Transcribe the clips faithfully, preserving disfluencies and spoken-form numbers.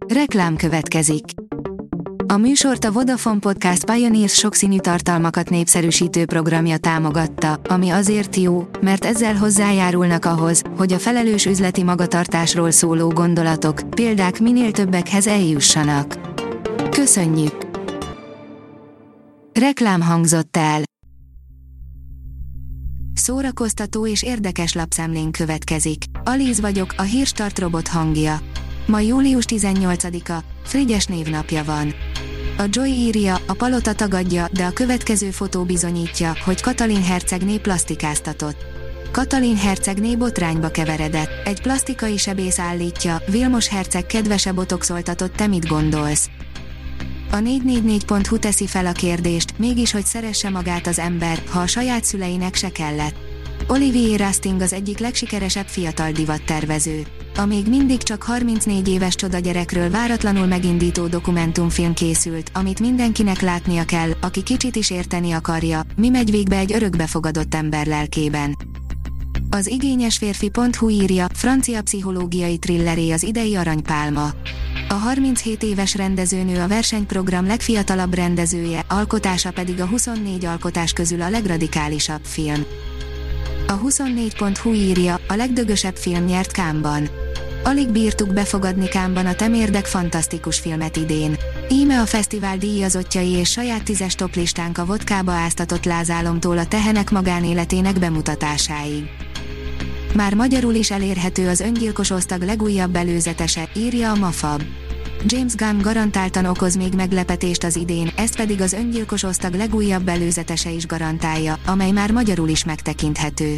Reklám következik. A műsort a Vodafone Podcast Pioneers sokszínű tartalmakat népszerűsítő programja támogatta, ami azért jó, mert ezzel hozzájárulnak ahhoz, hogy a felelős üzleti magatartásról szóló gondolatok, példák minél többekhez eljussanak. Köszönjük! Reklám hangzott el. Szórakoztató és érdekes lapszemlén következik. Alíz vagyok, a Hírstart robot hangja. Ma július tizennyolcadika, Frigyes névnapja van. A Joy írja, a palota tagadja, de a következő fotó bizonyítja, hogy Katalin hercegné plasztikáztatott. Katalin hercegné botrányba keveredett. Egy plastikai sebész állítja, Vilmos herceg kedvese botoxoltatott, te mit gondolsz? A négy négy négy pont hu teszi fel a kérdést, mégis hogy szeresse magát az ember, ha a saját szüleinek se kellett. Olivier Rasting az egyik legsikeresebb fiatal divattervező. A még mindig csak harmincnégy éves csodagyerekről váratlanul megindító dokumentumfilm készült, amit mindenkinek látnia kell, aki kicsit is érteni akarja, mi megy végbe egy örökbefogadott ember lelkében. Az igényesférfi pont hu írja, francia pszichológiai thrilleré az idei Aranypálma. A harminchét éves rendezőnő a versenyprogram legfiatalabb rendezője, alkotása pedig a huszonnégy alkotás közül a legradikálisabb film. A huszonnégy pont hu írja, a legdögösebb film nyert Cannes-ban. Alig bírtuk befogadni Cannes-ban a temérdek fantasztikus filmet idén. Íme a fesztivál díjazottjai és saját tízes toplistánk a vodkába áztatott lázálomtól a tehenek magánéletének bemutatásáig. Már magyarul is elérhető az Öngyilkos osztag legújabb előzetese, írja a Mafab. James Gunn garantáltan okoz még meglepetést az idén, ezt pedig az Öngyilkos osztag legújabb előzetese is garantálja, amely már magyarul is megtekinthető.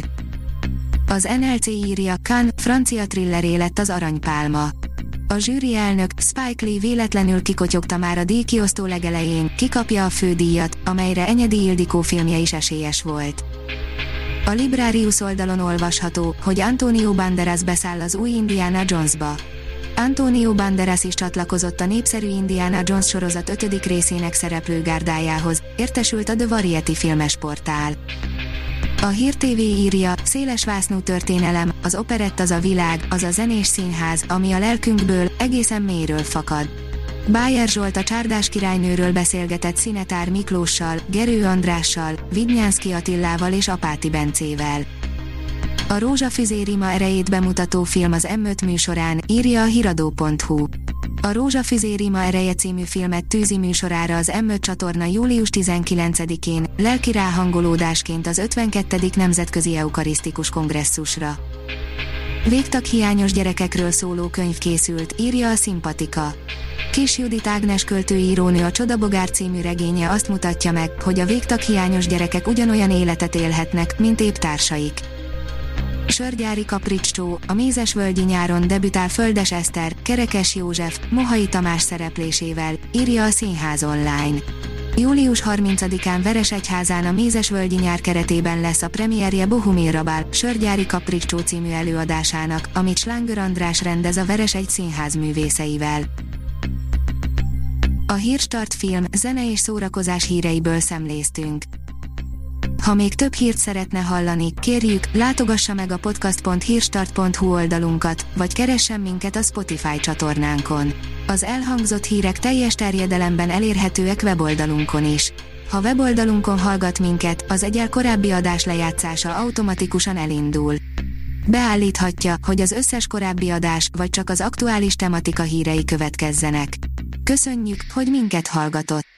Az en el cé írja, Cannes, francia thrilleré lett az Aranypálma. A zsűri elnök, Spike Lee véletlenül kikotyogta már a díjkiosztó legelején, kikapja a fődíjat, amelyre Enyedi Ildikó filmje is esélyes volt. A Librarius oldalon olvasható, hogy Antonio Banderas beszáll az új Indiana Jonesba. Antonio Banderas is csatlakozott a népszerű Indiana Jones sorozat ötödik részének szereplő gárdájához, értesült a The Variety filmes portál. A Hír té vé írja, szélesvásznú történelem, az operett az a világ, az a zenés színház, ami a lelkünkből, egészen mélyről fakad. Bájer Zsolt a Csárdás királynőről beszélgetett Szinetár Miklóssal, Gerő Andrással, Vidnyánszky Attilával és Apáti Bencével. A Rózsafüzé rima erejét bemutató film az em öt műsorán, írja a hiradó pont hu. A Rózsafüzé rima ereje című filmet tűzi műsorára az em öt csatorna július tizenkilencedikén, lelki ráhangolódásként az ötvenkettedik Nemzetközi Eukarisztikus Kongresszusra. Végtaghiányos gyerekekről szóló könyv készült, írja a Szimpatika. Kis Judit Ágnes költőírónő a Csodabogár című regénye azt mutatja meg, hogy a végtaghiányos gyerekek ugyanolyan életet élhetnek, mint épp társaik. Sörgyári kapricscsó, a Mézesvölgyi nyáron debütál Földes Eszter, Kerekes József, Mohai Tamás szereplésével, írja a Színház online. július harmincadikán Veresegyházán a Mézesvölgyi nyár keretében lesz a premierje Bohumil Rabál, Sörgyári kapricscsó című előadásának, amit Slánger András rendez a Veresegy színház művészeivel. A Hírstart film, zene és szórakozás híreiből szemléztünk. Ha még több hírt szeretne hallani, kérjük, látogassa meg a podcast pont hírstart pont hu oldalunkat, vagy keressen minket a Spotify csatornánkon. Az elhangzott hírek teljes terjedelemben elérhetőek weboldalunkon is. Ha weboldalunkon hallgat minket, az egyel korábbi adás lejátszása automatikusan elindul. Beállíthatja, hogy az összes korábbi adás, vagy csak az aktuális tematika hírei következzenek. Köszönjük, hogy minket hallgatott!